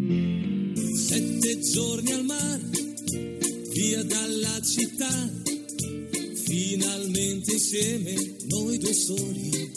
7 giorni al mare, via dalla città, finalmente insieme noi due soli.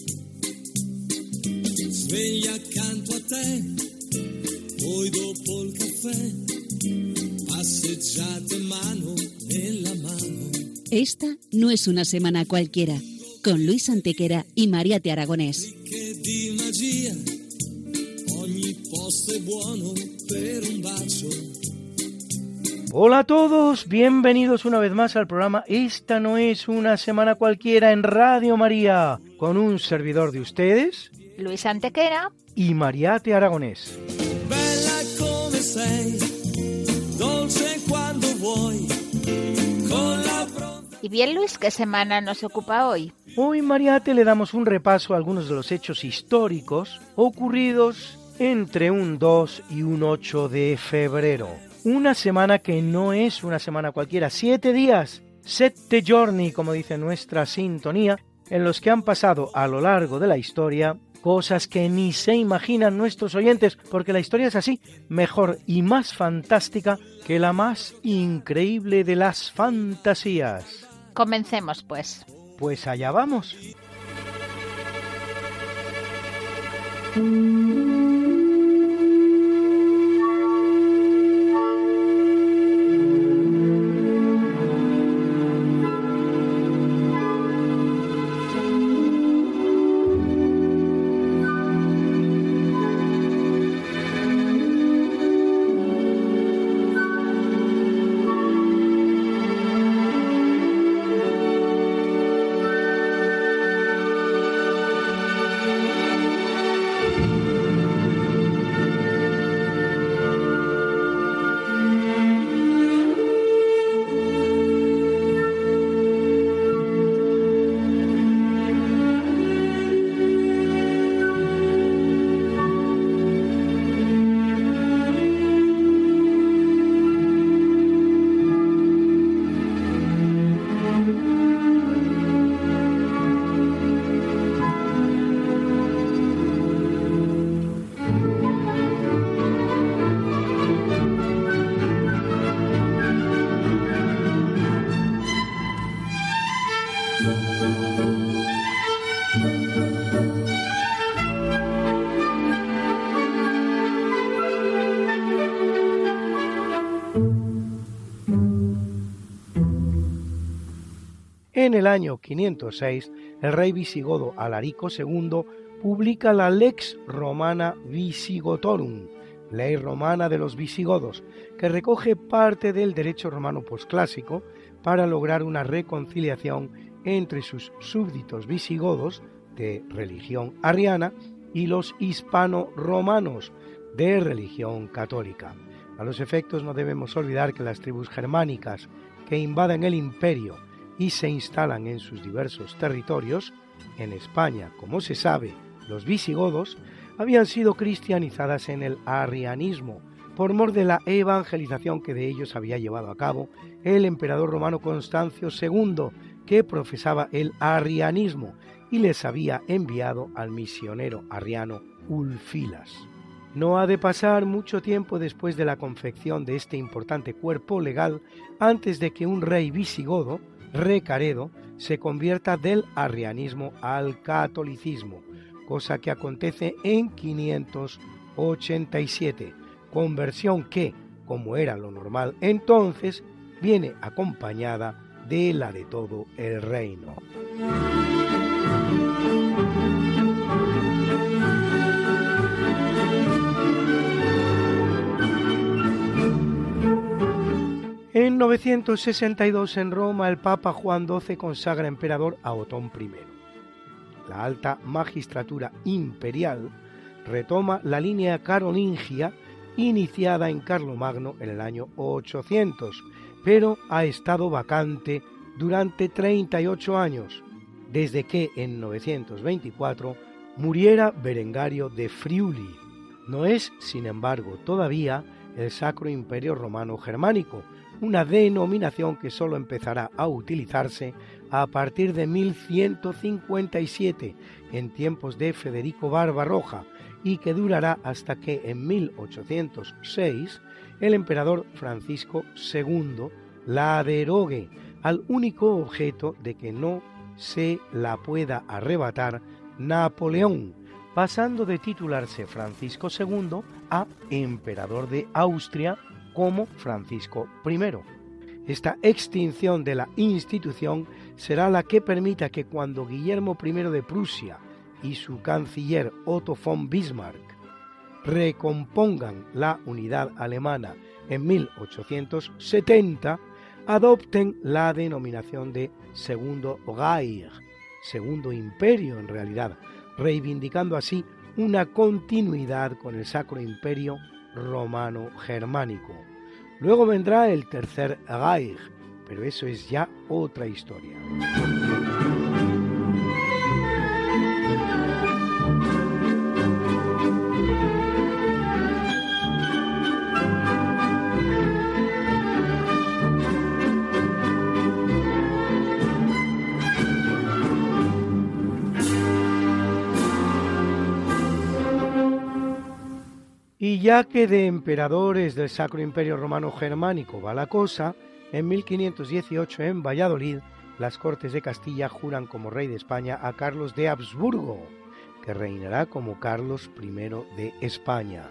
Sveglia accanto a te, poi dopo il caffè, passeggiate mano nella mano. Esta no es una semana cualquiera, con Luis Antequera y Mariate Aragonés. Di magia, ogni posto è buono per un bacio. Hola a todos, bienvenidos una vez más al programa Esta no es una semana cualquiera en Radio María, con un servidor de ustedes, Luis Antequera y Mariate Aragonés. Bella come sei, dolce quando vuoi, con la pronta... Y bien, Luis, ¿qué semana nos ocupa hoy? Hoy, Mariate, le damos un repaso a algunos de los hechos históricos ocurridos entre un 2 y un 8 de febrero. Una semana que no es una semana cualquiera, 7 días, 7 giorni, como dice nuestra sintonía, en los que han pasado a lo largo de la historia cosas que ni se imaginan nuestros oyentes, porque la historia es así, mejor y más fantástica que la más increíble de las fantasías. Comencemos, pues. Pues allá vamos. En el año 506, el rey visigodo Alarico II publica la Lex Romana Visigotorum, ley romana de los visigodos, que recoge parte del derecho romano posclásico para lograr una reconciliación entre sus súbditos visigodos de religión arriana y los hispano-romanos de religión católica. A los efectos, no debemos olvidar que las tribus germánicas que invaden el imperio y se instalan en sus diversos territorios, en España, como se sabe, los visigodos, habían sido cristianizadas en el arrianismo, por mor de la evangelización que de ellos había llevado a cabo el emperador romano Constancio II, que profesaba el arrianismo y les había enviado al misionero arriano Ulfilas. No ha de pasar mucho tiempo después de la confección de este importante cuerpo legal antes de que un rey visigodo, Recaredo, se convierta del arrianismo al catolicismo, cosa que acontece en 587, conversión que, como era lo normal entonces, viene acompañada de la de todo el reino. En 962 en Roma el Papa Juan XII consagra emperador a Otón I. La alta magistratura imperial retoma la línea carolingia iniciada en Carlomagno en el año 800, pero ha estado vacante durante 38 años, desde que en 924 muriera Berengario de Friuli. No es, sin embargo, todavía el Sacro Imperio Romano Germánico, una denominación que solo empezará a utilizarse a partir de 1157, en tiempos de Federico Barbarroja, y que durará hasta que en 1806 el emperador Francisco II la derogue, al único objeto de que no se la pueda arrebatar Napoleón, pasando de titularse Francisco II a emperador de Austria como Francisco I. Esta extinción de la institución será la que permita que cuando Guillermo I de Prusia y su canciller Otto von Bismarck recompongan la unidad alemana en 1870, adopten la denominación de Segundo Reich, Segundo Imperio en realidad, reivindicando así una continuidad con el Sacro Imperio Romano Germánico. Luego vendrá el Tercer Reich, pero eso es ya otra historia. Y ya que de emperadores del Sacro Imperio Romano Germánico va la cosa, en 1518 en Valladolid las Cortes de Castilla juran como rey de España a Carlos de Habsburgo, que reinará como Carlos I de España.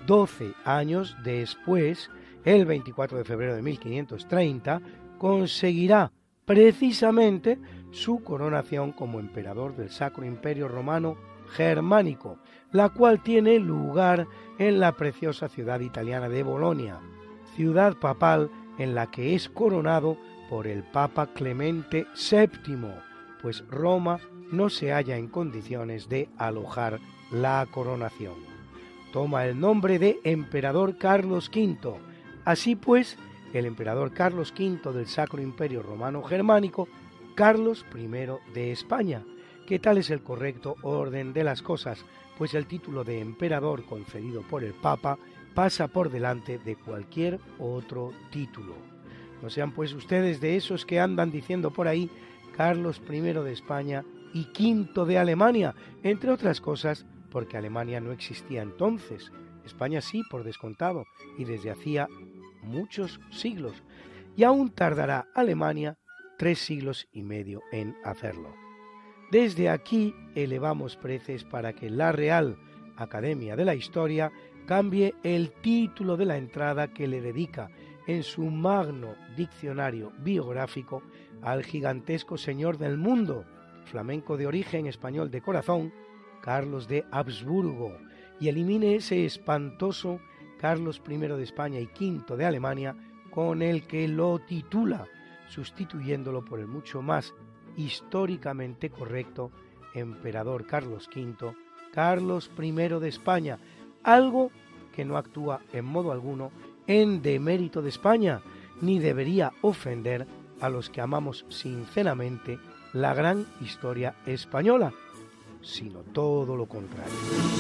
12 años después, el 24 de febrero de 1530, conseguirá precisamente su coronación como emperador del Sacro Imperio Romano Germánico, la cual tiene lugar en la preciosa ciudad italiana de Bolonia, ciudad papal en la que es coronado por el Papa Clemente VII, pues Roma no se halla en condiciones de alojar la coronación. Toma el nombre de Emperador Carlos V. Así pues, el emperador Carlos V del Sacro Imperio Romano Germánico, Carlos I de España, que tal es el correcto orden de las cosas, pues el título de emperador concedido por el Papa pasa por delante de cualquier otro título. No sean pues ustedes de esos que andan diciendo por ahí Carlos I de España y V de Alemania, entre otras cosas porque Alemania no existía entonces, España sí, por descontado, y desde hacía muchos siglos, y aún tardará Alemania 3 siglos y medio en hacerlo. Desde aquí elevamos preces para que la Real Academia de la Historia cambie el título de la entrada que le dedica en su magno diccionario biográfico al gigantesco señor del mundo, flamenco de origen, español de corazón, Carlos de Habsburgo, y elimine ese espantoso Carlos I de España y V de Alemania con el que lo titula, sustituyéndolo por el mucho más históricamente correcto emperador Carlos V, Carlos I de España, algo que no actúa en modo alguno en demérito de España, ni debería ofender a los que amamos sinceramente la gran historia española, sino todo lo contrario.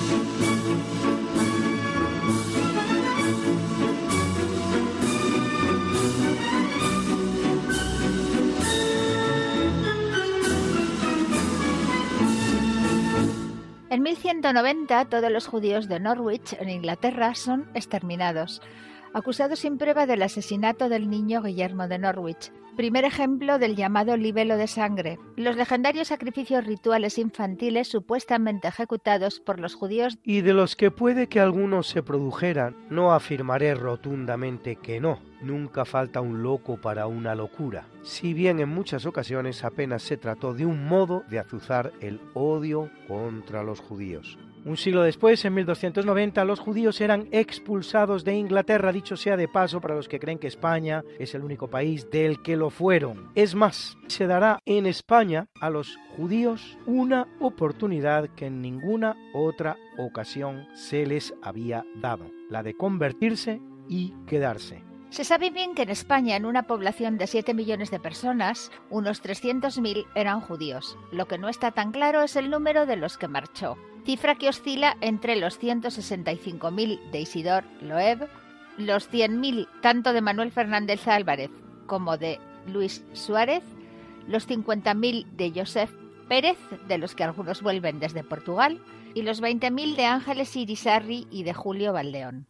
En 1190 todos los judíos de Norwich, en Inglaterra, son exterminados, acusados sin prueba del asesinato del niño Guillermo de Norwich, primer ejemplo del llamado libelo de sangre, los legendarios sacrificios rituales infantiles supuestamente ejecutados por los judíos, y de los que puede que algunos se produjeran, no afirmaré rotundamente que no. Nunca falta un loco para una locura, si bien en muchas ocasiones apenas se trató de un modo de azuzar el odio contra los judíos. Un siglo después, en 1290, los judíos eran expulsados de Inglaterra, dicho sea de paso para los que creen que España es el único país del que lo fueron. Es más, se dará en España a los judíos una oportunidad que en ninguna otra ocasión se les había dado, la de convertirse y quedarse. Se sabe bien que en España, en una población de 7 millones de personas, unos 300.000 eran judíos. Lo que no está tan claro es el número de los que marchó, cifra que oscila entre los 165.000 de Isidor Loeb, los 100.000 tanto de Manuel Fernández Álvarez como de Luis Suárez, los 50.000 de Josep Pérez, de los que algunos vuelven desde Portugal, y los 20.000 de Ángeles Irisarri y de Julio Valdeón.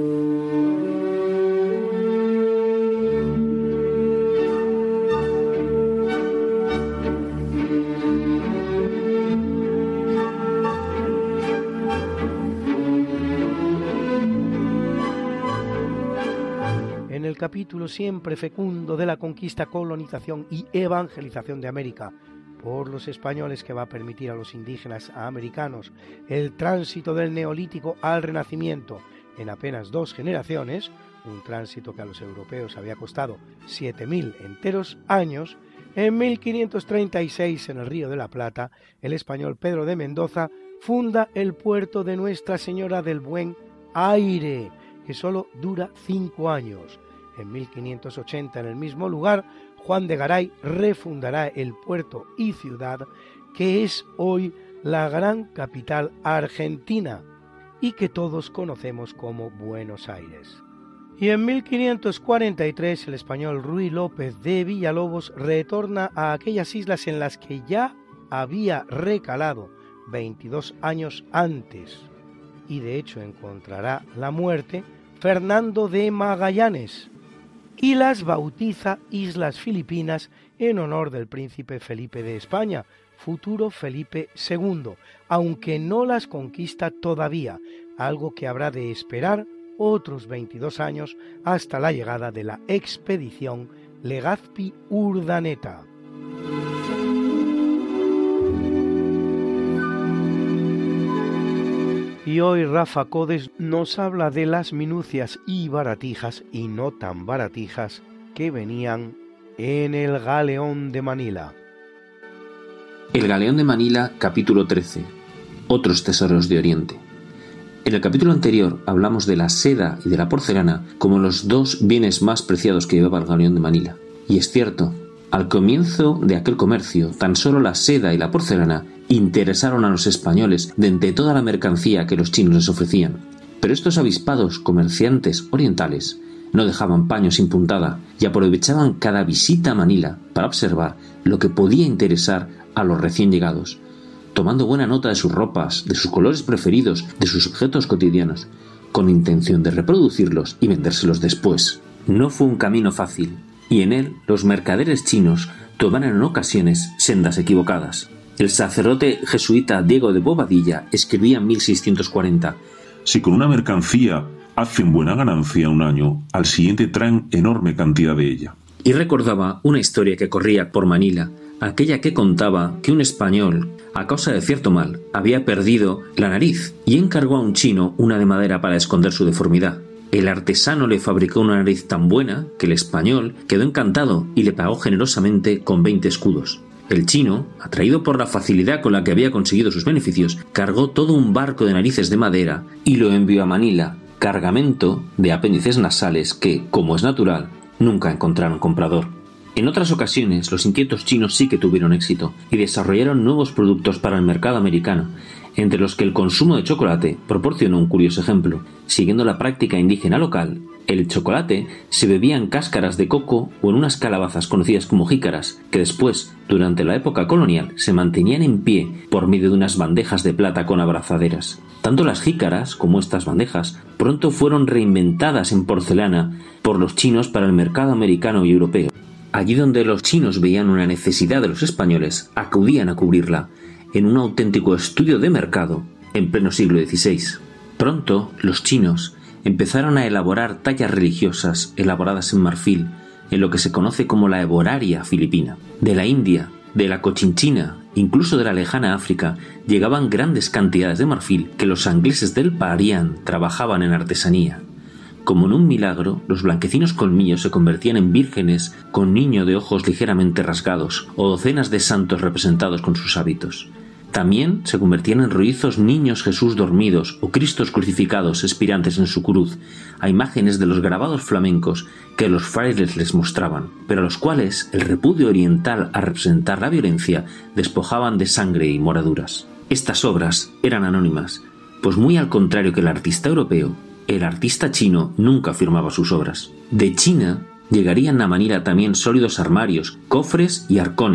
En el capítulo siempre fecundo de la conquista, colonización y evangelización de América por los españoles, que va a permitir a los indígenas americanos el tránsito del Neolítico al Renacimiento en apenas 2 generaciones, un tránsito que a los europeos había costado 7.000 enteros años, en 1536 en el Río de la Plata, el español Pedro de Mendoza funda el puerto de Nuestra Señora del Buen Aire, que solo dura 5 años. En 1580, en el mismo lugar, Juan de Garay refundará el puerto y ciudad que es hoy la gran capital argentina y que todos conocemos como Buenos Aires. Y en 1543 el español Ruy López de Villalobos retorna a aquellas islas en las que ya había recalado 22 años antes, y de hecho encontrará la muerte Fernando de Magallanes, y las bautiza Islas Filipinas en honor del príncipe Felipe de España, futuro Felipe II, aunque no las conquista todavía, algo que habrá de esperar otros 22 años hasta la llegada de la expedición Legazpi-Urdaneta. Y hoy Rafa Codes nos habla de las minucias y baratijas, y no tan baratijas, que venían en el Galeón de Manila. El Galeón de Manila, capítulo 13. Otros tesoros de Oriente. En el capítulo anterior hablamos de la seda y de la porcelana como los 2 bienes más preciados que llevaba el Galeón de Manila. Y es cierto, al comienzo de aquel comercio, tan solo la seda y la porcelana interesaron a los españoles de entre toda la mercancía que los chinos les ofrecían. Pero estos avispados comerciantes orientales no dejaban paño sin puntada y aprovechaban cada visita a Manila para observar lo que podía interesar a los recién llegados, tomando buena nota de sus ropas, de sus colores preferidos, de sus objetos cotidianos, con intención de reproducirlos y vendérselos después. No fue un camino fácil, y en él los mercaderes chinos tomaron en ocasiones sendas equivocadas. El sacerdote jesuita Diego de Bobadilla escribía en 1640: si con una mercancía hacen buena ganancia un año, al siguiente traen enorme cantidad de ella. Y recordaba una historia que corría por Manila, aquella que contaba que un español, a causa de cierto mal, había perdido la nariz y encargó a un chino una de madera para esconder su deformidad. El artesano le fabricó una nariz tan buena que el español quedó encantado y le pagó generosamente con 20 escudos. El chino, atraído por la facilidad con la que había conseguido sus beneficios, cargó todo un barco de narices de madera y lo envió a Manila, cargamento de apéndices nasales que, como es natural, nunca encontraron comprador. En otras ocasiones, los inquietos chinos sí que tuvieron éxito y desarrollaron nuevos productos para el mercado americano, entre los que el consumo de chocolate proporcionó un curioso ejemplo. Siguiendo la práctica indígena local, el chocolate se bebía en cáscaras de coco o en unas calabazas conocidas como jícaras, que después, durante la época colonial, se mantenían en pie por medio de unas bandejas de plata con abrazaderas. Tanto las jícaras como estas bandejas pronto fueron reinventadas en porcelana por los chinos para el mercado americano y europeo. Allí donde los chinos veían una necesidad de los españoles, acudían a cubrirla, en un auténtico estudio de mercado en pleno siglo XVI. Pronto, los chinos empezaron a elaborar tallas religiosas elaboradas en marfil, en lo que se conoce como la heboraria filipina. De la India, de la Cochinchina, incluso de la lejana África, llegaban grandes cantidades de marfil que los ingleses del Parián trabajaban en artesanía. Como en un milagro, los blanquecinos colmillos se convertían en vírgenes con niño de ojos ligeramente rasgados, o docenas de santos representados con sus hábitos. También se convertían en rollizos niños Jesús dormidos o Cristos crucificados expirantes en su cruz, a imágenes de los grabados flamencos que los frailes les mostraban, pero a los cuales el repudio oriental a representar la violencia despojaban de sangre y moraduras. Estas obras eran anónimas, pues muy al contrario que el artista europeo, el artista chino nunca firmaba sus obras. De China llegarían a Manila también sólidos armarios, cofres y arcones,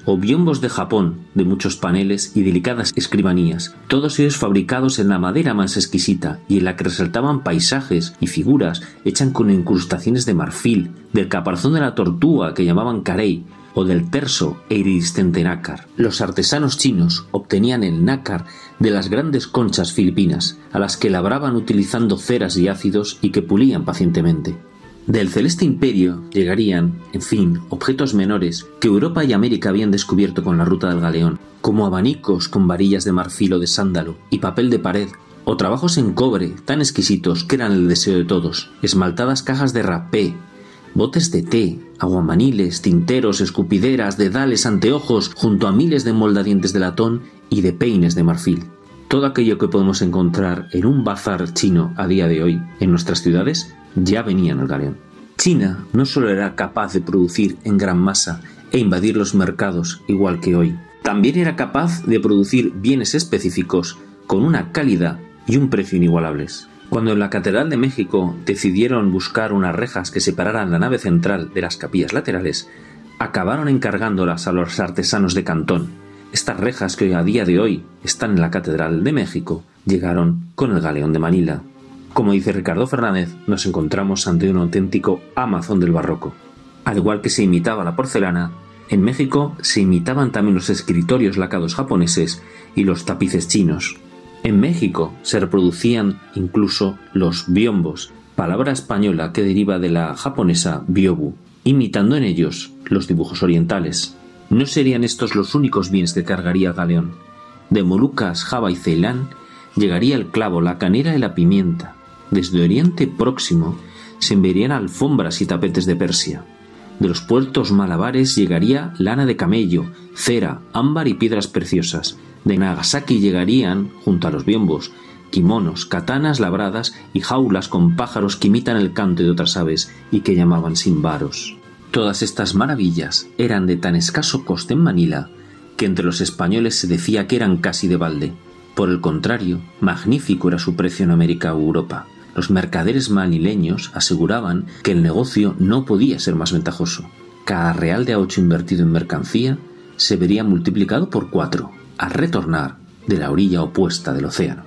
o biombos de Japón, de muchos paneles y delicadas escribanías, todos ellos fabricados en la madera más exquisita y en la que resaltaban paisajes y figuras hechas con incrustaciones de marfil, del caparazón de la tortuga que llamaban carey, o del terso e iridiscente nácar. Los artesanos chinos obtenían el nácar de las grandes conchas filipinas, a las que labraban utilizando ceras y ácidos y que pulían pacientemente. Del celeste imperio llegarían, en fin, objetos menores que Europa y América habían descubierto con la ruta del galeón, como abanicos con varillas de marfil o de sándalo y papel de pared, o trabajos en cobre tan exquisitos que eran el deseo de todos, esmaltadas cajas de rapé, botes de té, aguamaniles, tinteros, escupideras, dedales, anteojos, junto a miles de moldadientes de latón y de peines de marfil. Todo aquello que podemos encontrar en un bazar chino a día de hoy en nuestras ciudades ya venía en el galeón. China no solo era capaz de producir en gran masa e invadir los mercados igual que hoy, también era capaz de producir bienes específicos con una calidad y un precio inigualables. Cuando en la Catedral de México decidieron buscar unas rejas que separaran la nave central de las capillas laterales, acabaron encargándolas a los artesanos de Cantón. Estas rejas, que a día de hoy están en la Catedral de México, llegaron con el galeón de Manila. Como dice Ricardo Fernández, nos encontramos ante un auténtico Amazon del barroco. Al igual que se imitaba la porcelana, en México se imitaban también los escritorios lacados japoneses y los tapices chinos. En México se reproducían incluso los biombos, palabra española que deriva de la japonesa byobu, imitando en ellos los dibujos orientales. No serían estos los únicos bienes que cargaría el galeón. De Molucas, Java y Ceilán llegaría el clavo, la canela y la pimienta. Desde Oriente Próximo se enviarían alfombras y tapetes de Persia. De los puertos malabares llegaría lana de camello, cera, ámbar y piedras preciosas. De Nagasaki llegarían, junto a los biombos, kimonos, katanas labradas y jaulas con pájaros que imitan el canto de otras aves y que llamaban simbaros. Todas estas maravillas eran de tan escaso coste en Manila que entre los españoles se decía que eran casi de balde. Por el contrario, magnífico era su precio en América o Europa. Los mercaderes manileños aseguraban que el negocio no podía ser más ventajoso. Cada real de a 8 invertido en mercancía se vería multiplicado por 4 al retornar de la orilla opuesta del océano.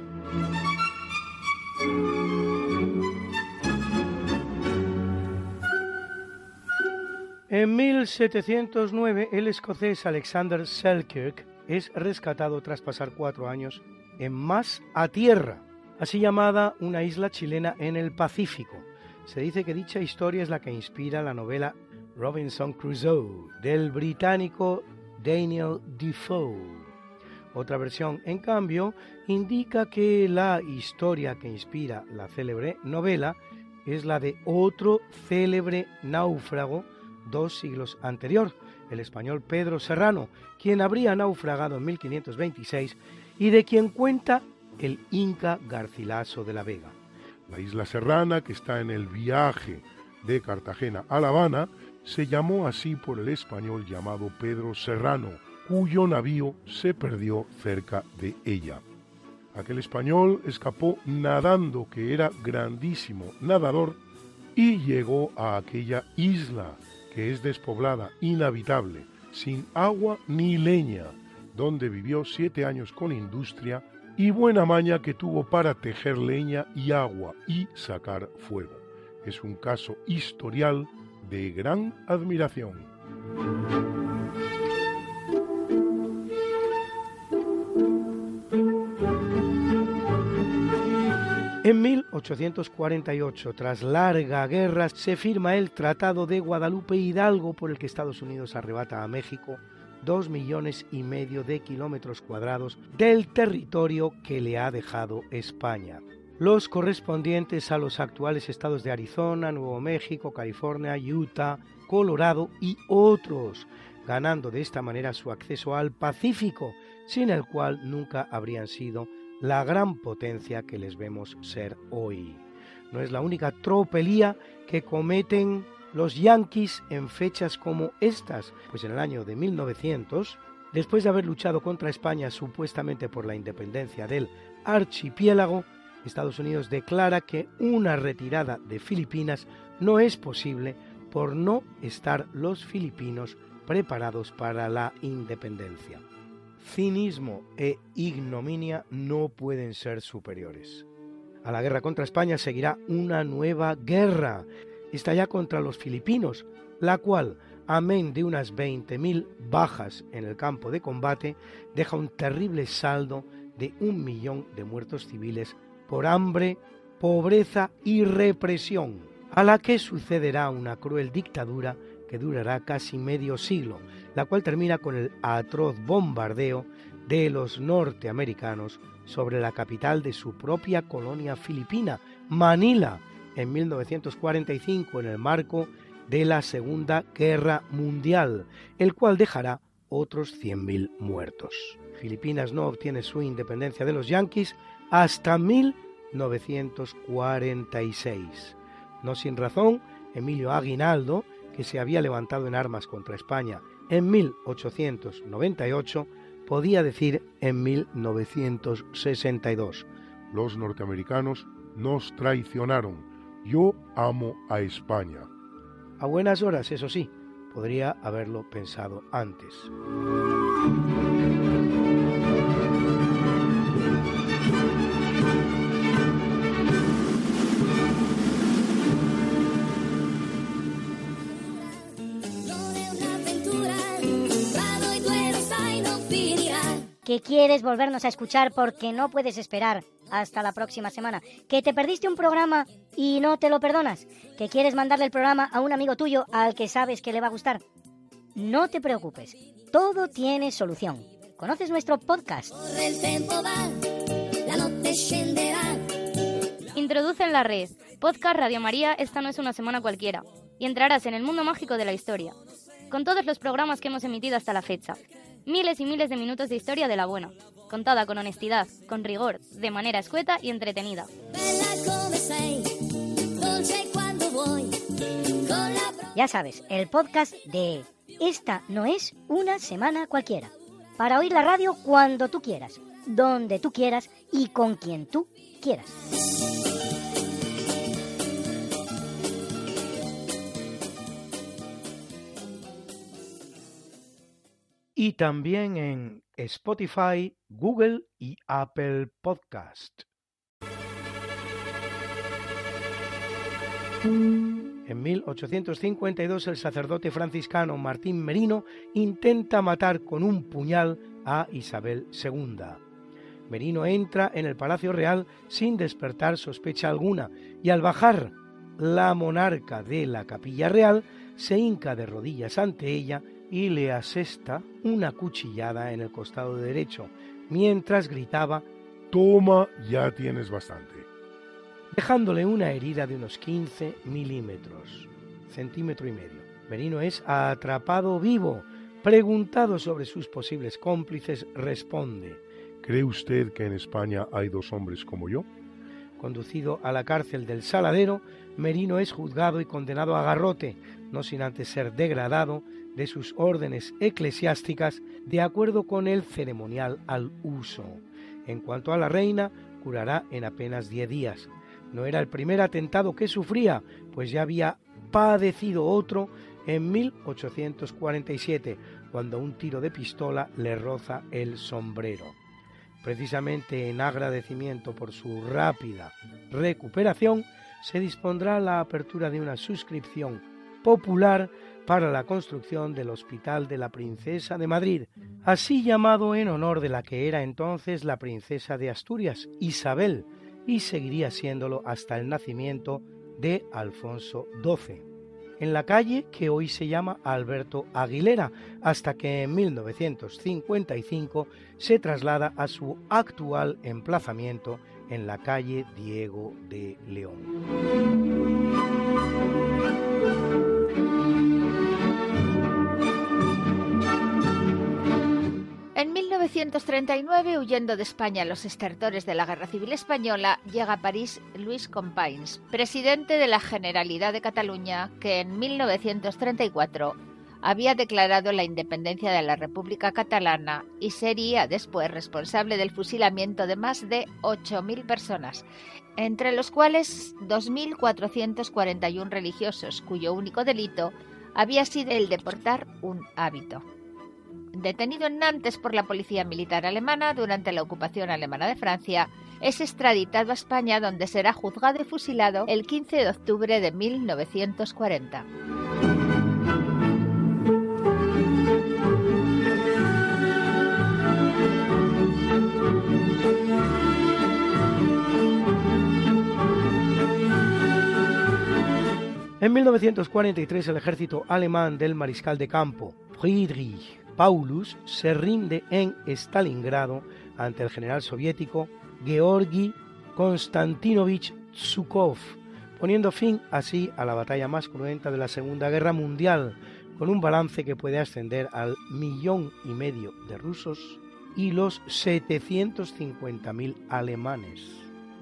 En 1709, el escocés Alexander Selkirk es rescatado tras pasar 4 años en Más a Tierra, así llamada una isla chilena en el Pacífico. Se dice que dicha historia es la que inspira la novela Robinson Crusoe del británico Daniel Defoe. Otra versión, en cambio, indica que la historia que inspira la célebre novela es la de otro célebre náufrago 2 siglos anterior, el español Pedro Serrano, quien habría naufragado en 1526 y de quien cuenta el inca Garcilaso de la Vega. La isla Serrana, que está en el viaje de Cartagena a La Habana, se llamó así por el español llamado Pedro Serrano, cuyo navío se perdió cerca de ella. Aquel español escapó nadando, que era grandísimo nadador, y llegó a aquella isla, que es despoblada, inhabitable, sin agua ni leña, donde vivió 7 años con industria y buena maña que tuvo para tejer leña y agua y sacar fuego. Es un caso historial de gran admiración. En 1848, tras larga guerra, se firma el Tratado de Guadalupe Hidalgo, por el que Estados Unidos arrebata a México 2,5 millones de kilómetros cuadrados del territorio que le ha dejado España, los correspondientes a los actuales estados de Arizona, Nuevo México, California, Utah, Colorado y otros, ganando de esta manera su acceso al Pacífico, sin el cual nunca habrían sido la gran potencia que les vemos ser hoy. No es la única tropelía que cometen los yanquis en fechas como estas, pues en el año de 1900, después de haber luchado contra España supuestamente por la independencia del archipiélago, Estados Unidos declara que una retirada de Filipinas no es posible por no estar los filipinos preparados para la independencia. Cinismo e ignominia no pueden ser superiores. A la guerra contra España seguirá una nueva guerra, esta ya contra los filipinos, la cual, amén de unas 20.000 bajas en el campo de combate, deja un terrible saldo de 1 millón de muertos civiles por hambre, pobreza y represión, a la que sucederá una cruel dictadura que durará casi medio siglo, la cual termina con el atroz bombardeo de los norteamericanos sobre la capital de su propia colonia filipina, Manila, en 1945, en el marco de la Segunda Guerra Mundial, el cual dejará otros 100.000 muertos. Filipinas no obtiene su independencia de los yanquis hasta 1946. No sin razón, Emilio Aguinaldo, que se había levantado en armas contra España en 1898, podía decir en 1962: los norteamericanos nos traicionaron. Yo amo a España. A buenas horas, eso sí, podría haberlo pensado antes. Que quieres volvernos a escuchar porque no puedes esperar hasta la próxima semana, que te perdiste un programa y no te lo perdonas, que quieres mandarle el programa a un amigo tuyo al que sabes que le va a gustar. No te preocupes, todo tiene solución. ¿Conoces nuestro podcast? Introduce en la red Podcast Radio María, esta no es una semana cualquiera, y entrarás en el mundo mágico de la historia, con todos los programas que hemos emitido hasta la fecha. Miles y miles de minutos de historia de la buena, contada con honestidad, con rigor, de manera escueta y entretenida. Ya sabes, el podcast de Esta no es una semana cualquiera. Para oír la radio cuando tú quieras, donde tú quieras y con quien tú quieras. Y también en Spotify, Google y Apple Podcast. En 1852 el sacerdote franciscano Martín Merino intenta matar con un puñal a Isabel II. Merino entra en el Palacio Real sin despertar sospecha alguna y al bajar la monarca de la Capilla Real se hinca de rodillas ante ella y le asesta una cuchillada en el costado derecho, mientras gritaba: «Toma, ya tienes bastante», dejándole una herida de unos 15 milímetros, centímetro y medio. Merino es atrapado vivo. Preguntado sobre sus posibles cómplices, responde: «¿Cree usted que en España hay 2 hombres como yo?». Conducido a la cárcel del Saladero, Merino es juzgado y condenado a garrote, no sin antes ser degradado de sus órdenes eclesiásticas de acuerdo con el ceremonial al uso. En cuanto a la reina, curará en apenas 10 días. No era el primer atentado que sufría, pues ya había padecido otro en 1847, cuando un tiro de pistola le roza el sombrero. Precisamente en agradecimiento por su rápida recuperación, se dispondrá la apertura de una suscripción popular para la construcción del Hospital de la Princesa de Madrid, así llamado en honor de la que era entonces la princesa de Asturias, Isabel, y seguiría siéndolo hasta el nacimiento de Alfonso XII, en la calle que hoy se llama Alberto Aguilera, hasta que en 1955 se traslada a su actual emplazamiento en la calle Diego de León. En 1939, huyendo de España los estertores de la Guerra Civil Española, llega a París Luis Companys, presidente de la Generalidad de Cataluña, que en 1934 había declarado la independencia de la República Catalana y sería después responsable del fusilamiento de más de 8.000 personas, entre los cuales 2.441 religiosos, cuyo único delito había sido el de portar un hábito. Detenido en Nantes por la policía militar alemana durante la ocupación alemana de Francia, es extraditado a España, donde será juzgado y fusilado el 15 de octubre de 1940. En 1943 el ejército alemán del mariscal de campo Friedrich Paulus se rinde en Stalingrado ante el general soviético Georgi Konstantinovich Zhukov, poniendo fin así a la batalla más cruenta de la Segunda Guerra Mundial, con un balance que puede ascender al 1,5 millones de rusos y los 750.000 alemanes.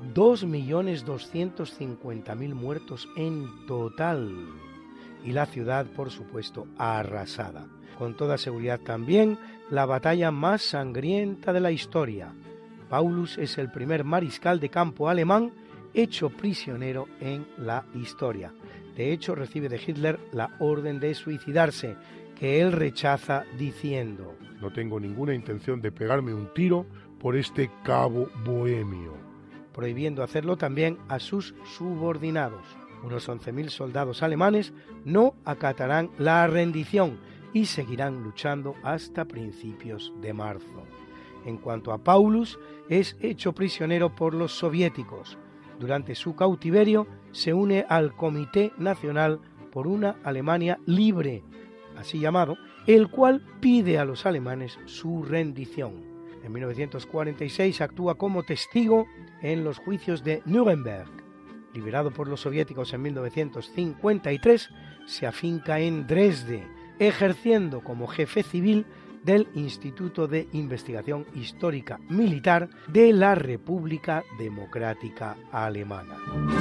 2.250.000 muertos en total, y la ciudad, por supuesto, arrasada. Con toda seguridad también la batalla más sangrienta de la historia. Paulus es el primer mariscal de campo alemán hecho prisionero en la historia. De hecho, recibe de Hitler la orden de suicidarse, que él rechaza diciendo: no tengo ninguna intención de pegarme un tiro por este cabo bohemio, prohibiendo hacerlo también a sus subordinados. Unos 11.000 soldados alemanes no acatarán la rendición y seguirán luchando hasta principios de marzo. En cuanto a Paulus, es hecho prisionero por los soviéticos. Durante su cautiverio se une al Comité Nacional por una Alemania Libre, así llamado, el cual pide a los alemanes su rendición. En 1946 actúa como testigo en los juicios de Nuremberg. Liberado por los soviéticos en 1953, se afinca en Dresde, ejerciendo como jefe civil del Instituto de Investigación Histórica Militar de la República Democrática Alemana.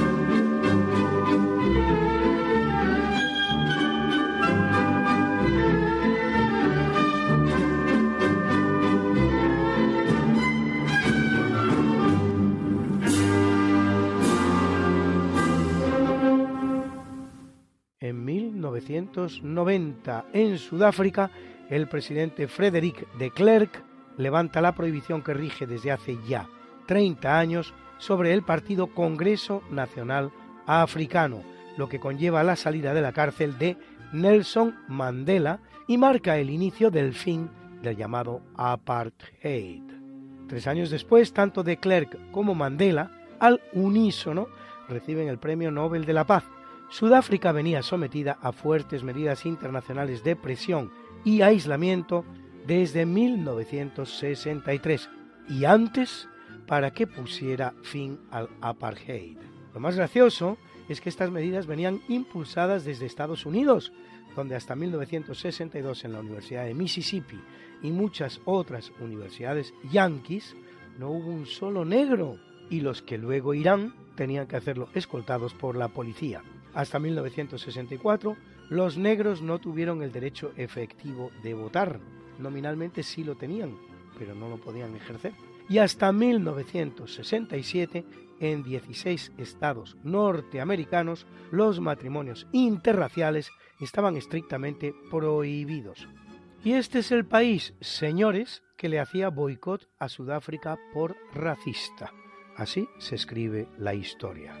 En 1990, en Sudáfrica, el presidente Frederik de Klerk levanta la prohibición que rige desde hace ya 30 años sobre el partido Congreso Nacional Africano, lo que conlleva la salida de la cárcel de Nelson Mandela y marca el inicio del fin del llamado apartheid. 3 años después, tanto de Klerk como Mandela, al unísono, reciben el Premio Nobel de la Paz. Sudáfrica venía sometida a fuertes medidas internacionales de presión y aislamiento desde 1963 y antes para que pusiera fin al apartheid. Lo más gracioso es que estas medidas venían impulsadas desde Estados Unidos, donde hasta 1962 en la Universidad de Mississippi y muchas otras universidades yanquis no hubo un solo negro, y los que luego irán tenían que hacerlo escoltados por la policía. Hasta 1964, los negros no tuvieron el derecho efectivo de votar. Nominalmente sí lo tenían, pero no lo podían ejercer. Y hasta 1967, en 16 estados norteamericanos, los matrimonios interraciales estaban estrictamente prohibidos. Y este es el país, señores, que le hacía boicot a Sudáfrica por racista. Así se escribe la historia.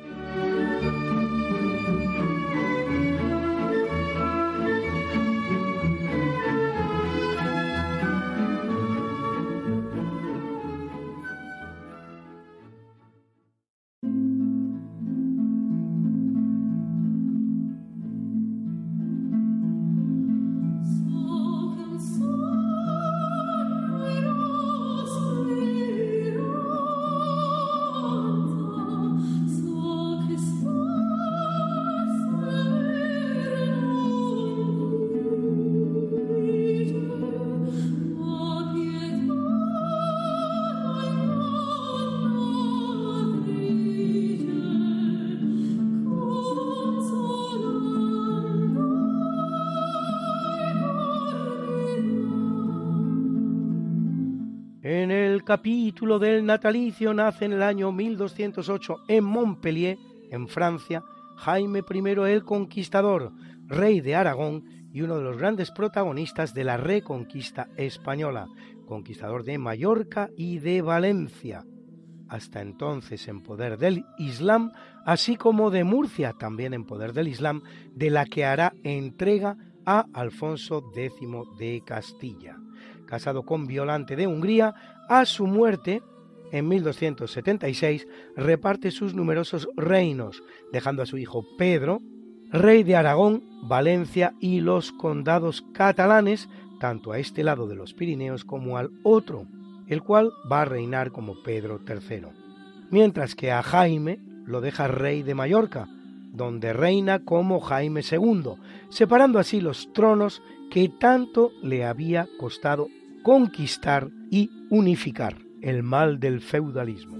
En el capítulo del natalicio nace en el año 1208 en Montpellier, en Francia, Jaime I el Conquistador, rey de Aragón, y uno de los grandes protagonistas de la Reconquista española, conquistador de Mallorca y de Valencia, hasta entonces en poder del Islam, así como de Murcia, también en poder del Islam, de la que hará entrega a Alfonso X de Castilla. Casado con Violante de Hungría, a su muerte, en 1276, reparte sus numerosos reinos, dejando a su hijo Pedro, rey de Aragón, Valencia y los condados catalanes, tanto a este lado de los Pirineos como al otro, el cual va a reinar como Pedro III, mientras que a Jaime lo deja rey de Mallorca, donde reina como Jaime II, separando así los tronos que tanto le había costado conquistar y unificar, el mal del feudalismo.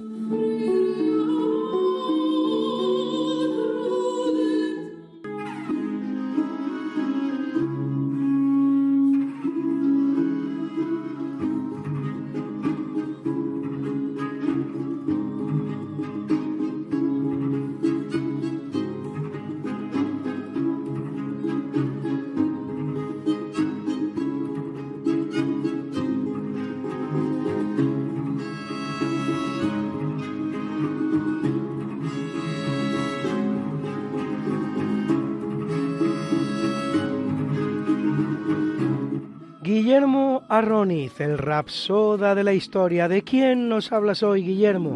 Guillermo Arroniz, el rapsoda de la historia. ¿De quién nos hablas hoy, Guillermo?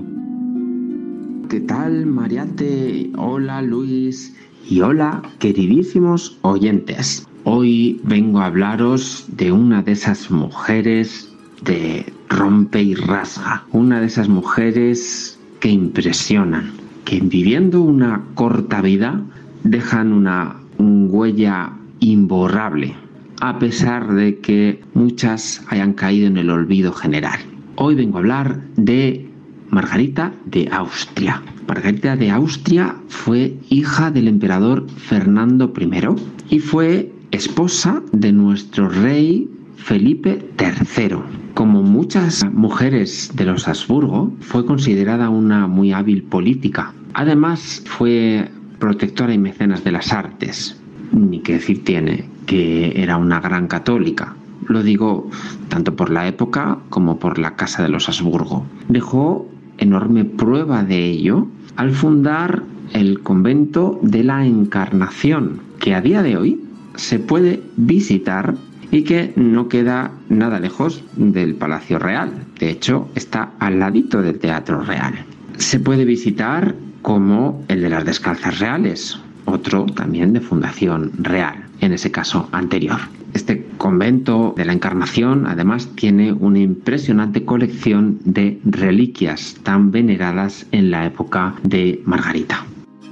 ¿Qué tal, Mariate? Hola, Luis. Y hola, queridísimos oyentes. Hoy vengo a hablaros de una de esas mujeres de rompe y rasga. Una de esas mujeres que impresionan, que viviendo una corta vida dejan una huella imborrable, a pesar de que muchas hayan caído en el olvido general. Hoy vengo a hablar de Margarita de Austria. Margarita de Austria fue hija del emperador Fernando I y fue esposa de nuestro rey Felipe III. Como muchas mujeres de los Habsburgo, fue considerada una muy hábil política. Además, fue protectora y mecenas de las artes. Ni que decir tiene que era una gran católica. Lo digo tanto por la época como por la casa de los Habsburgo. Dejó enorme prueba de ello al fundar el convento de la Encarnación, que a día de hoy se puede visitar y que no queda nada lejos del Palacio Real. De hecho, está al ladito del Teatro Real. Se puede visitar como el de las Descalzas Reales, otro también de fundación real, en ese caso anterior. Este convento de la Encarnación además tiene una impresionante colección de reliquias tan veneradas en la época de Margarita.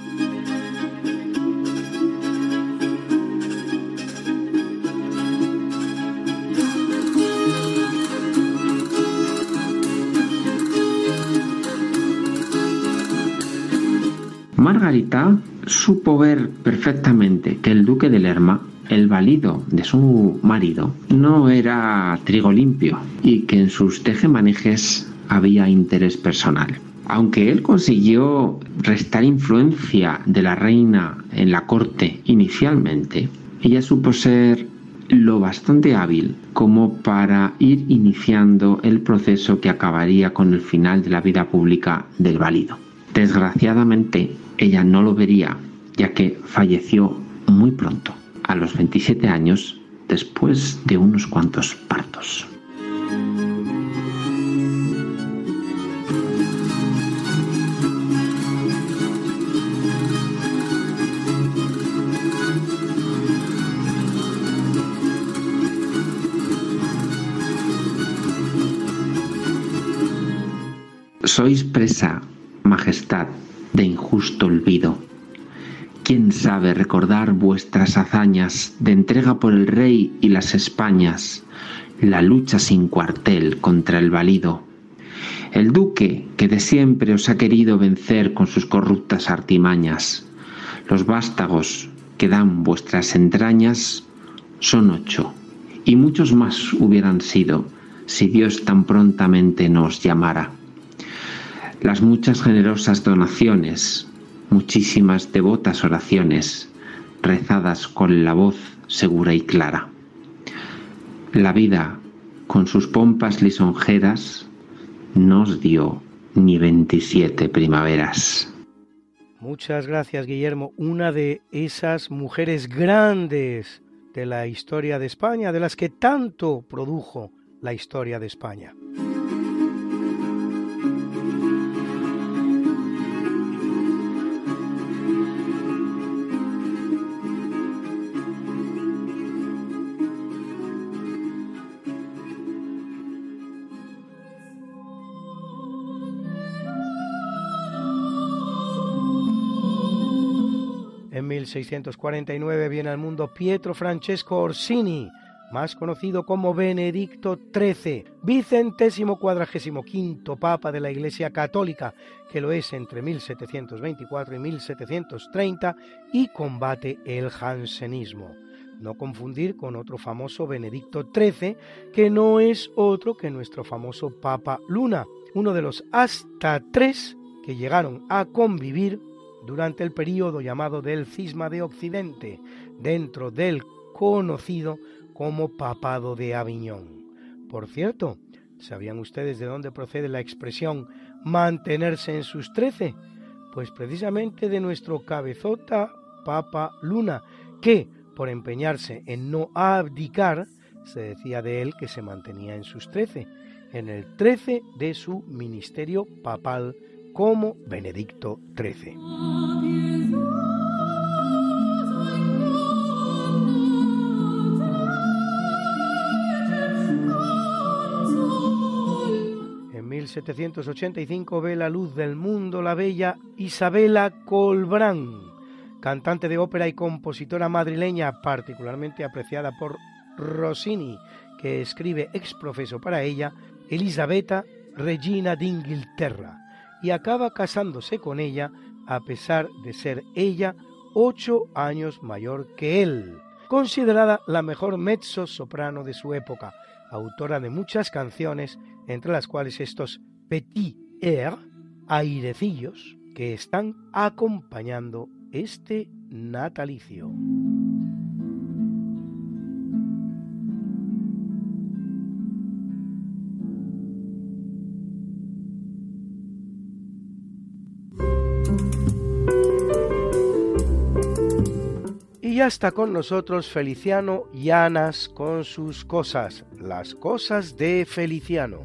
Margarita supo ver perfectamente que el duque de Lerma, el valido de su marido, no era trigo limpio y que en sus tejemanejes había interés personal. Aunque él consiguió restar influencia de la reina en la corte inicialmente, ella supo ser lo bastante hábil como para ir iniciando el proceso que acabaría con el final de la vida pública del valido. Desgraciadamente, ella no lo vería, ya que falleció muy pronto, a los 27 años, después de unos cuantos partos. Sois presa, majestad, de injusto olvido. ¿Quién sabe recordar vuestras hazañas de entrega por el rey y las Españas, la lucha sin cuartel contra el valido? El duque que de siempre os ha querido vencer con sus corruptas artimañas. Los vástagos que dan vuestras entrañas son 8, y muchos más hubieran sido si Dios tan prontamente nos llamara. Las muchas generosas donaciones, muchísimas devotas oraciones, rezadas con la voz segura y clara. La vida, con sus pompas lisonjeras, nos dio ni 27 primaveras. Muchas gracias, Guillermo. Una de esas mujeres grandes de la historia de España, de las que tanto produjo la historia de España. En 1649 viene al mundo Pietro Francesco Orsini, más conocido como Benedicto XIII, vicentésimo cuadragésimo-quinto Papa de la Iglesia Católica, que lo es entre 1724 y 1730, y combate el jansenismo. No confundir con otro famoso Benedicto XIII, que no es otro que nuestro famoso Papa Luna, uno de los hasta 3 que llegaron a convivir durante el período llamado del Cisma de Occidente, dentro del conocido como Papado de Aviñón. Por cierto, ¿sabían ustedes de dónde procede la expresión mantenerse en sus 13? Pues precisamente de nuestro cabezota Papa Luna, que, por empeñarse en no abdicar, se decía de él que se mantenía en sus 13, en el 13 de su ministerio papal como Benedicto XIII. En 1785 ve la luz del mundo la bella Isabela Colbrán, cantante de ópera y compositora madrileña particularmente apreciada por Rossini, que escribe ex profeso para ella Elisabetta, Regina d'Inghilterra, y acaba casándose con ella a pesar de ser ella 8 años mayor que él. Considerada la mejor mezzo-soprano de su época, autora de muchas canciones, entre las cuales estos petit airs, airecillos, que están acompañando este natalicio. Y ya está con nosotros Feliciano Llanas con sus cosas, las cosas de Feliciano.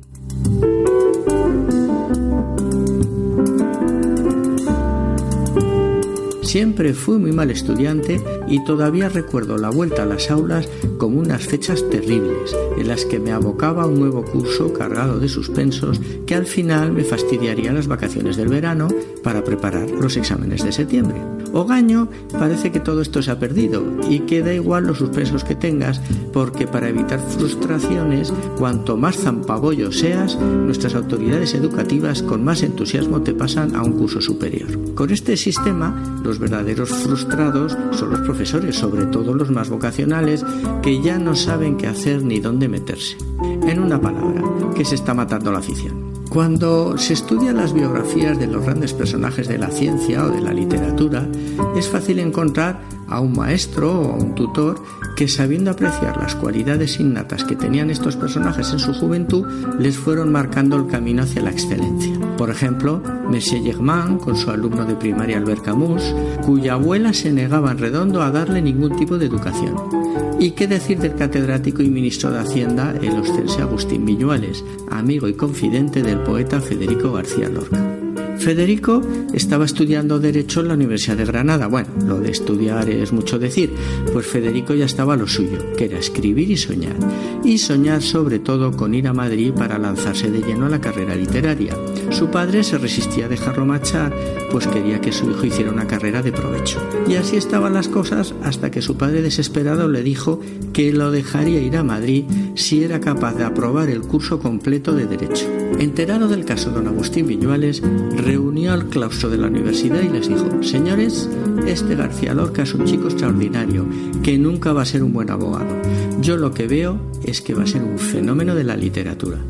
Siempre fui muy mal estudiante y todavía recuerdo la vuelta a las aulas como unas fechas terribles, en las que me abocaba a un nuevo curso cargado de suspensos que al final me fastidiaría las vacaciones del verano para preparar los exámenes de septiembre. Ogaño parece que todo esto se ha perdido y que da igual los suspensos que tengas, porque para evitar frustraciones, cuanto más zampabollo seas, nuestras autoridades educativas con más entusiasmo te pasan a un curso superior. Con este sistema, los verdaderos frustrados son los profesores, sobre todo los más vocacionales, que ya no saben qué hacer ni dónde meterse. En una palabra, que se está matando la afición. Cuando se estudian las biografías de los grandes personajes de la ciencia o de la literatura, es fácil encontrar a un maestro o a un tutor que, sabiendo apreciar las cualidades innatas que tenían estos personajes en su juventud, les fueron marcando el camino hacia la excelencia. Por ejemplo, Monsieur Germain, con su alumno de primaria Albert Camus, cuya abuela se negaba en redondo a darle ningún tipo de educación. ¿Y qué decir del catedrático y ministro de Hacienda, el oscense Agustín Viñuales, amigo y confidente del poeta Federico García Lorca? Federico estaba estudiando Derecho en la Universidad de Granada. Bueno, lo de estudiar es mucho decir, pues Federico ya estaba a lo suyo, que era escribir y soñar. Y soñar sobre todo con ir a Madrid para lanzarse de lleno a la carrera literaria. Su padre se resistía a dejarlo marchar, pues quería que su hijo hiciera una carrera de provecho. Y así estaban las cosas hasta que su padre, desesperado, le dijo que lo dejaría ir a Madrid si era capaz de aprobar el curso completo de Derecho. Enterado del caso, don Agustín Viñuales reunió al claustro de la universidad y les dijo: señores, este García Lorca es un chico extraordinario, que nunca va a ser un buen abogado. Yo lo que veo es que va a ser un fenómeno de la literatura.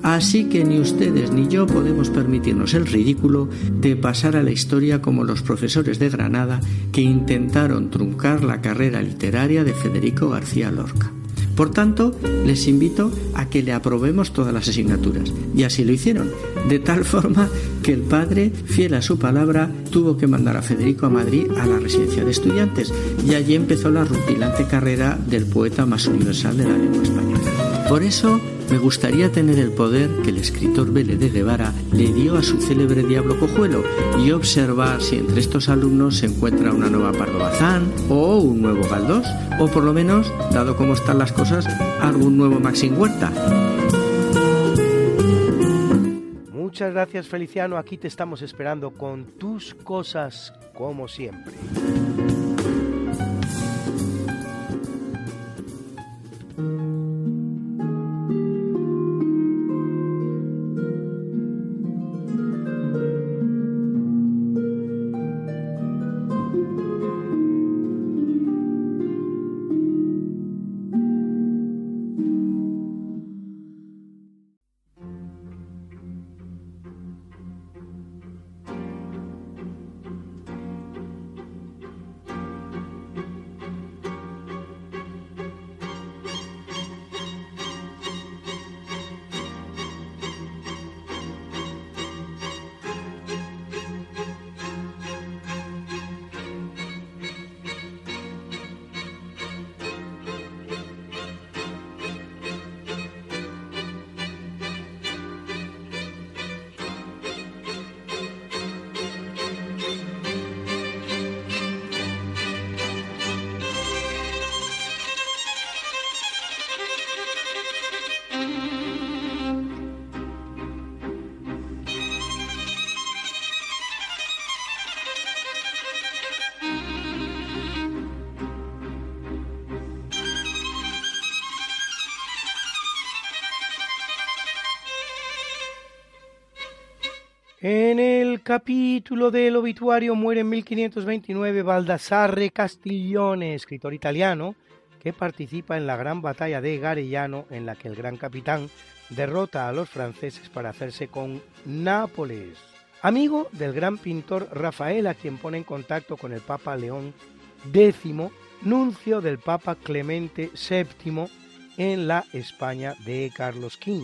Así que ni ustedes ni yo podemos permitirnos el ridículo de pasar a la historia como los profesores de Granada que intentaron truncar la carrera literaria de Federico García Lorca. Por tanto, les invito a que le aprobemos todas las asignaturas. Y así lo hicieron, de tal forma que el padre, fiel a su palabra, tuvo que mandar a Federico a Madrid a la residencia de estudiantes, y allí empezó la rutilante carrera del poeta más universal de la lengua española. Por eso, me gustaría tener el poder que el escritor Vélez de Guevara le dio a su célebre Diablo Cojuelo y observar si entre estos alumnos se encuentra una nueva Pardo Bazán o un nuevo Galdós, o por lo menos, dado cómo están las cosas, algún nuevo Maxim Huerta. Muchas gracias, Feliciano. Aquí te estamos esperando con tus cosas como siempre. En el capítulo del obituario muere en 1529 Baldassarre Castiglione, escritor italiano, que participa en la gran batalla de Garellano, en la que el gran capitán derrota a los franceses para hacerse con Nápoles. Amigo del gran pintor Rafael, a quien pone en contacto con el Papa León X, nuncio del Papa Clemente VII en la España de Carlos V.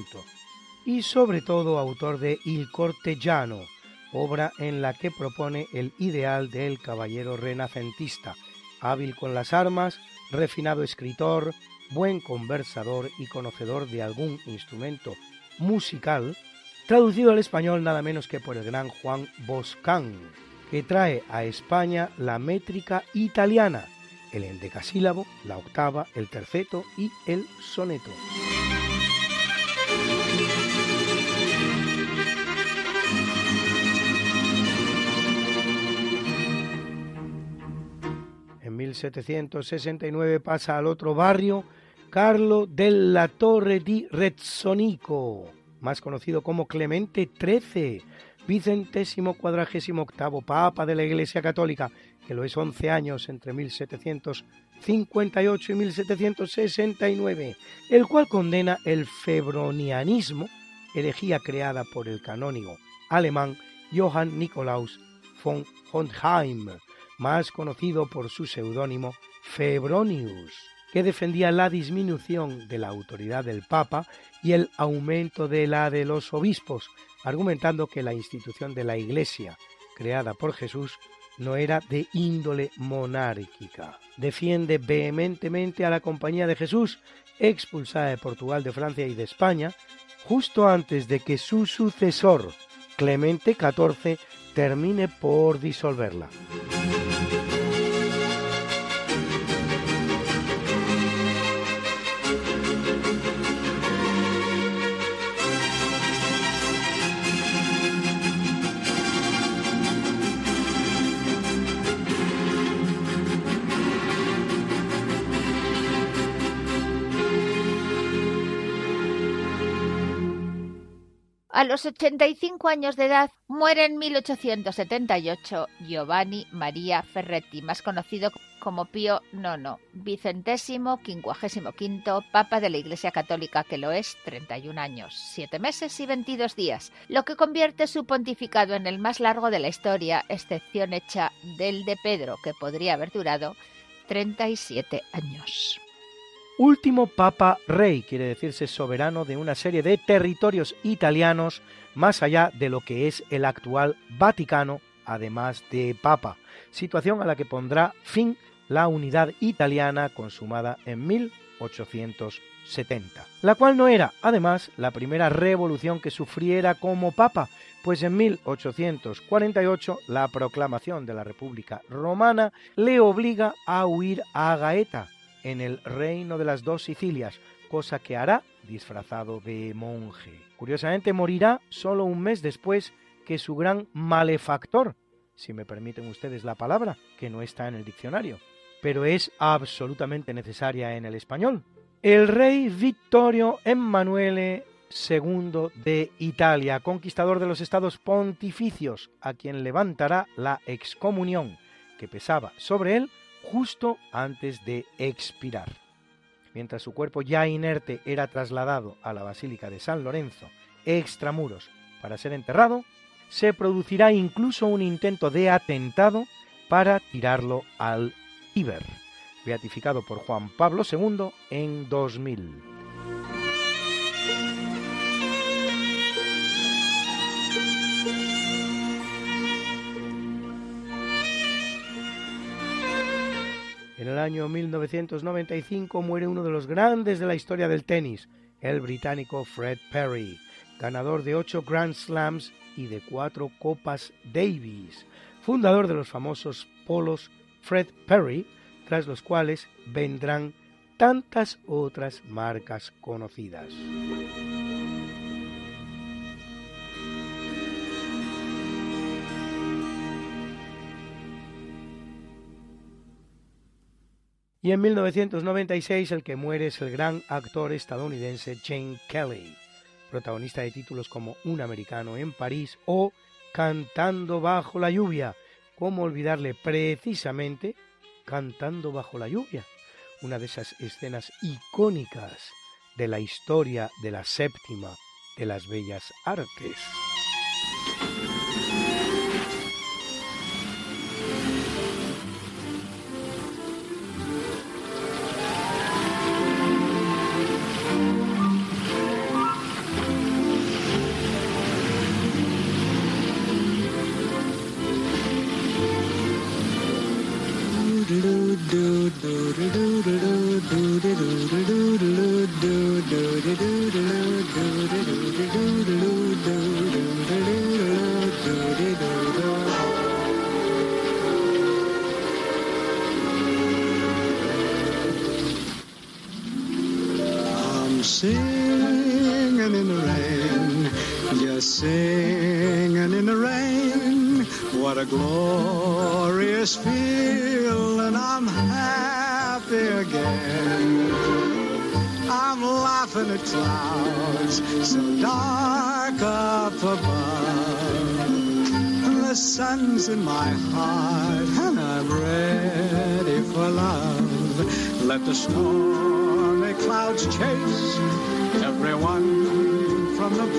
Y sobre todo autor de Il Cortegiano, obra en la que propone el ideal del caballero renacentista, hábil con las armas, refinado escritor, buen conversador y conocedor de algún instrumento musical, traducido al español nada menos que por el gran Juan Boscán, que trae a España la métrica italiana, el endecasílabo, la octava, el terceto y el soneto. En 1769 pasa al otro barrio Carlo della Torre di Rezzonico, más conocido como Clemente XIII, vicentésimo cuadragésimo octavo Papa de la Iglesia Católica, que lo es 11 años entre 1758 y 1769, el cual condena el febronianismo, herejía creada por el canónigo alemán Johann Nikolaus von Hontheim, más conocido por su seudónimo Febronius, que defendía la disminución de la autoridad del Papa y el aumento de la de los obispos, argumentando que la institución de la Iglesia, creada por Jesús, no era de índole monárquica. Defiende vehementemente a la Compañía de Jesús, expulsada de Portugal, de Francia y de España, justo antes de que su sucesor, Clemente XIV, termine por disolverla. A los 85 años de edad muere en 1878 Giovanni Maria Ferretti, más conocido como Pío IX, vicentésimo 55º Papa de la Iglesia Católica, que lo es 31 años, 7 meses y 22 días, lo que convierte su pontificado en el más largo de la historia, excepción hecha del de Pedro, que podría haber durado 37 años. Último Papa Rey, quiere decirse soberano de una serie de territorios italianos más allá de lo que es el actual Vaticano, además de Papa, situación a la que pondrá fin la unidad italiana consumada en 1870, la cual no era, además, la primera revolución que sufriera como Papa, pues en 1848 la proclamación de la República Romana le obliga a huir a Gaeta, en el Reino de las Dos Sicilias, cosa que hará disfrazado de monje. Curiosamente morirá solo un mes después que su gran malefactor, si me permiten ustedes la palabra, que no está en el diccionario, pero es absolutamente necesaria en el español. El rey Vittorio Emanuele II de Italia, conquistador de los estados pontificios, a quien levantará la excomunión que pesaba sobre él justo antes de expirar. Mientras su cuerpo ya inerte era trasladado a la Basílica de San Lorenzo, extramuros, para ser enterrado, se producirá incluso un intento de atentado para tirarlo al Tíber, beatificado por Juan Pablo II en 2000. En el año 1995 muere uno de los grandes de la historia del tenis, el británico Fred Perry, ganador de 8 Grand Slams y de 4 Copas Davis, fundador de los famosos polos Fred Perry, tras los cuales vendrán tantas otras marcas conocidas. Y en 1996 el que muere es el gran actor estadounidense Gene Kelly, protagonista de títulos como Un americano en París o Cantando bajo la lluvia. ¿Cómo olvidarle precisamente Cantando bajo la lluvia? Una de esas escenas icónicas de la historia de la séptima de las bellas artes. I'm singing in the rain, just singing in the rain. What a glorious feeling, I'm happy again. I'm laughing at clouds so dark up above. The sun's in my heart and I'm ready for love. Let the stormy clouds chase everyone from the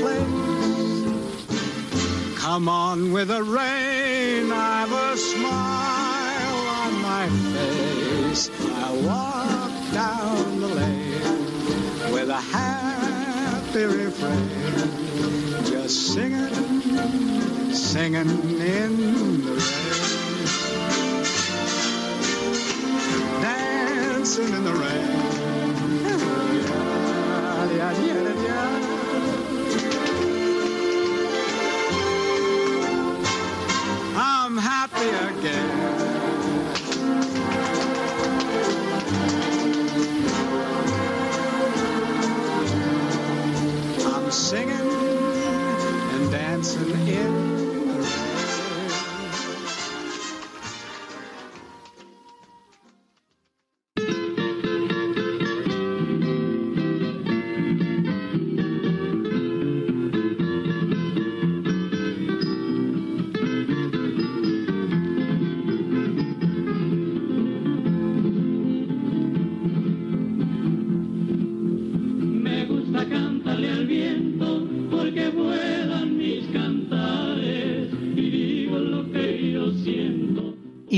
place. Come on with the rain, I've a smile on my face. I walk down the lane with a happy refrain, just singing, singing in the rain, dancing in the rain. I'm happy again. I'm singing and dancing in the rain.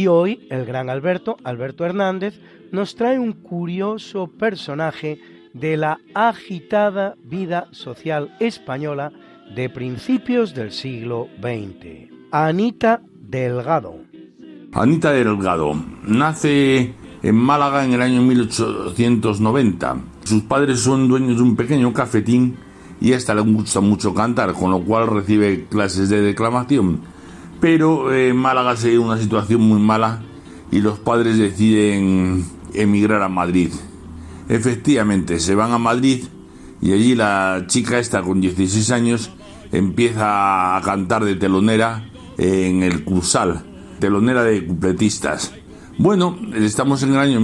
Y hoy el gran Alberto Hernández, nos trae un curioso personaje de la agitada vida social española de principios del siglo XX. Anita Delgado. Anita Delgado nace en Málaga en el año 1890. Sus padres son dueños de un pequeño cafetín y a esta le gusta mucho cantar, con lo cual recibe clases de declamación. Pero en Málaga se ve una situación muy mala y los padres deciden emigrar a Madrid. Efectivamente, se van a Madrid y allí la chica esta con 16 años empieza a cantar de telonera en el Cursal, telonera de cupletistas. Bueno, estamos en el año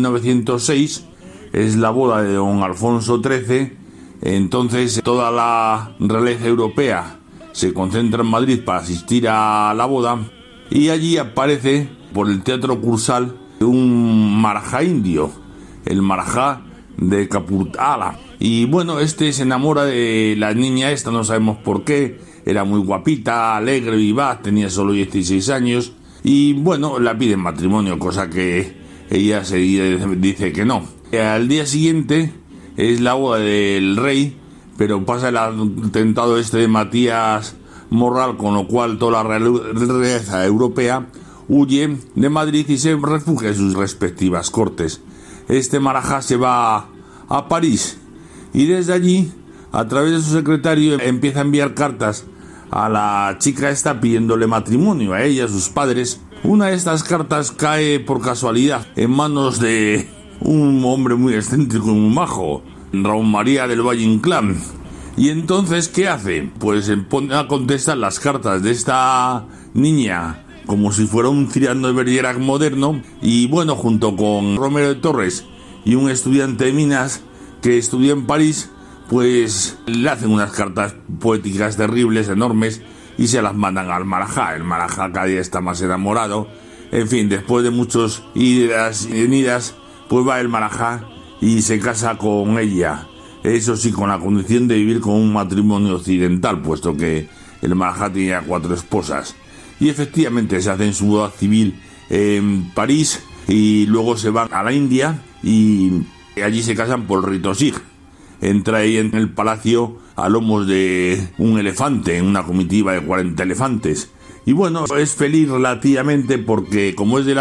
1906, es la boda de don Alfonso XIII, entonces toda la realeza europea se concentra en Madrid para asistir a la boda y allí aparece por el Teatro Cursal un marajá indio, el marajá de Capurtala. Y bueno, este se enamora de la niña esta, no sabemos por qué, era muy guapita, alegre, vivaz, tenía solo 16 años y bueno, la pide en matrimonio, cosa que ella se dice que no. Al día siguiente es la boda del rey, pero pasa el atentado este de Matías Morral, con lo cual toda la realeza europea huye de Madrid y se refugia en sus respectivas cortes. Este marajá se va a París y desde allí, a través de su secretario, empieza a enviar cartas a la chica esta pidiéndole matrimonio a ella, a sus padres. Una de estas cartas cae por casualidad en manos de un hombre muy excéntrico y muy majo, Raúl María del Valle Inclán. Y entonces, ¿qué hace? Pues se pone a contestar las cartas de esta niña como si fuera un Cyrano de Bergerac moderno, y bueno, junto con Romero de Torres y un estudiante de minas que estudió en París, pues le hacen unas cartas poéticas terribles, enormes, y se las mandan al marajá. El marajá cada día está más enamorado. En fin, después de muchos idas y venidas, pues va el marajá y se casa con ella. Eso sí, con la condición de vivir con un matrimonio occidental, puesto que el marajá tenía 4 esposas. Y efectivamente se hacen su boda civil en París y luego se van a la India y allí se casan por rito Sikh. Entra ahí en el palacio a lomos de un elefante, en una comitiva de 40 elefantes. Y bueno, es feliz relativamente porque como es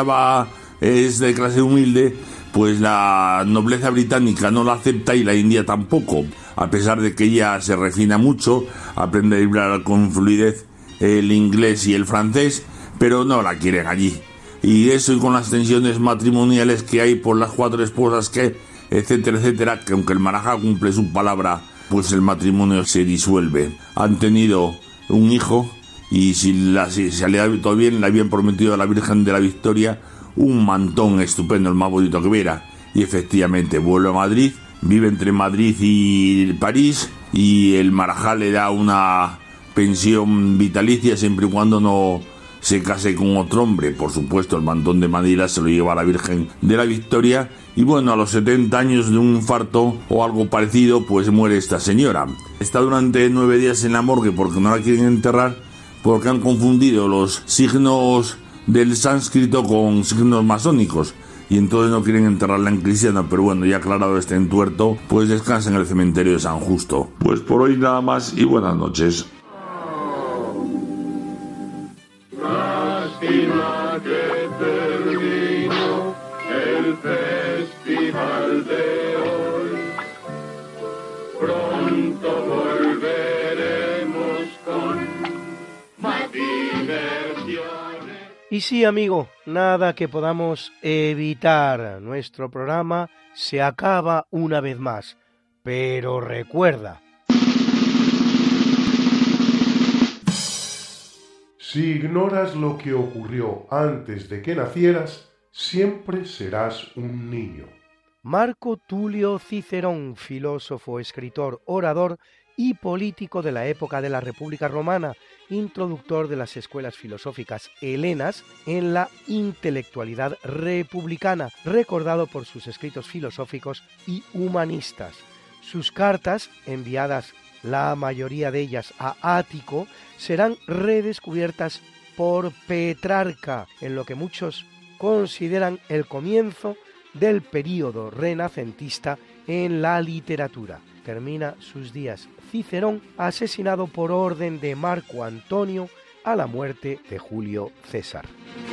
de clase humilde, pues la nobleza británica no la acepta y la india tampoco, a pesar de que ella se refina mucho, aprende a hablar con fluidez el inglés y el francés, pero no la quieren allí. Y eso, y con las tensiones matrimoniales que hay por las 4 esposas que, etcétera, etcétera, que aunque el marajá cumple su palabra, pues el matrimonio se disuelve. Han tenido un hijo y si se le ha todo bien, le habían prometido a la Virgen de la Victoria un mantón estupendo, el más bonito que viera. Y efectivamente vuelve a Madrid, vive entre Madrid y París, y el marajá le da una pensión vitalicia siempre y cuando no se case con otro hombre. Por supuesto, el mantón de Manila se lo lleva a la Virgen de la Victoria y bueno, a los 70 años de un infarto o algo parecido, pues muere esta señora. Está durante 9 días en la morgue porque no la quieren enterrar, porque han confundido los signos del sánscrito con signos masónicos y entonces no quieren enterrarla en cristiana. Pero bueno, ya aclarado este entuerto, pues descansa en el cementerio de San Justo. Pues por hoy nada más y buenas noches. Lástima que terminó el festival de hoy. Pronto volveremos con más diversiones. Y sí, amigo, nada que podamos evitar. Nuestro programa se acaba una vez más. Pero recuerda, si ignoras lo que ocurrió antes de que nacieras, siempre serás un niño. Marco Tulio Cicerón, filósofo, escritor, orador y político de la época de la República Romana, introductor de las escuelas filosóficas helenas en la intelectualidad republicana, recordado por sus escritos filosóficos y humanistas. Sus cartas, enviadas la mayoría de ellas a Ático, serán redescubiertas por Petrarca, en lo que muchos consideran el comienzo del período renacentista en la literatura. Termina sus días Cicerón, asesinado por orden de Marco Antonio a la muerte de Julio César.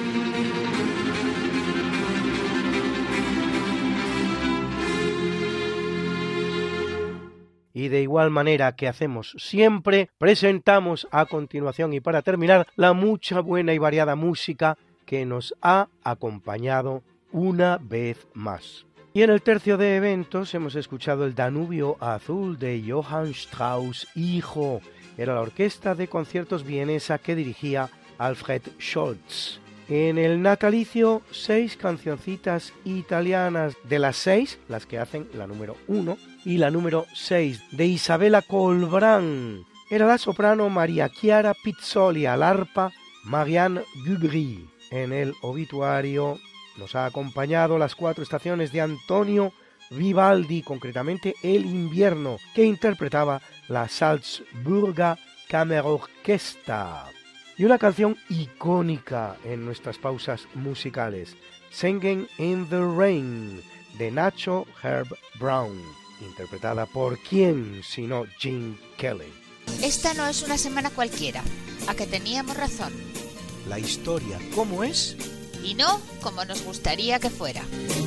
Y de igual manera que hacemos siempre, presentamos a continuación y para terminar la mucha buena y variada música que nos ha acompañado una vez más. Y en el tercio de eventos hemos escuchado el Danubio Azul de Johann Strauss hijo. Era la orquesta de conciertos vienesa que dirigía Alfred Scholz. En el natalicio, 6 cancioncitas italianas, de las 6, las que hacen la número 1 y la número 6, de Isabella Colbrán. Era la soprano María Chiara Pizzoli, al arpa Marianne Gubry. En el obituario nos ha acompañado las 4 estaciones de Antonio Vivaldi, concretamente El invierno, que interpretaba la Salzburger Kammerorchester. Y una canción icónica en nuestras pausas musicales, Singing in the Rain, de Nacho Herb Brown, interpretada por ¿quién sino Gene Kelly? Esta no es una semana cualquiera, a que teníamos razón. La historia, ¿cómo es? Y no como nos gustaría que fuera.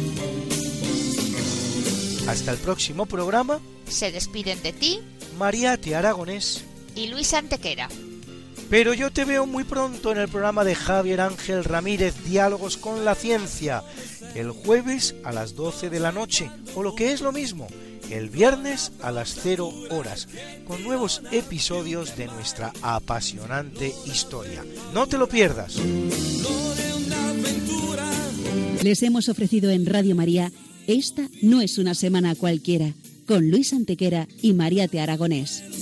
Hasta el próximo programa. Se despiden de ti Mariate Aragonés y Luis Antequera. Pero yo te veo muy pronto en el programa de Javier Ángel Ramírez, Diálogos con la Ciencia, el jueves a las 12 de la noche, o lo que es lo mismo, el viernes a las 0 horas, con nuevos episodios de nuestra apasionante historia. No te lo pierdas. Les hemos ofrecido en Radio María Esta no es una semana cualquiera, con Luis Antequera y Mariate Aragonés.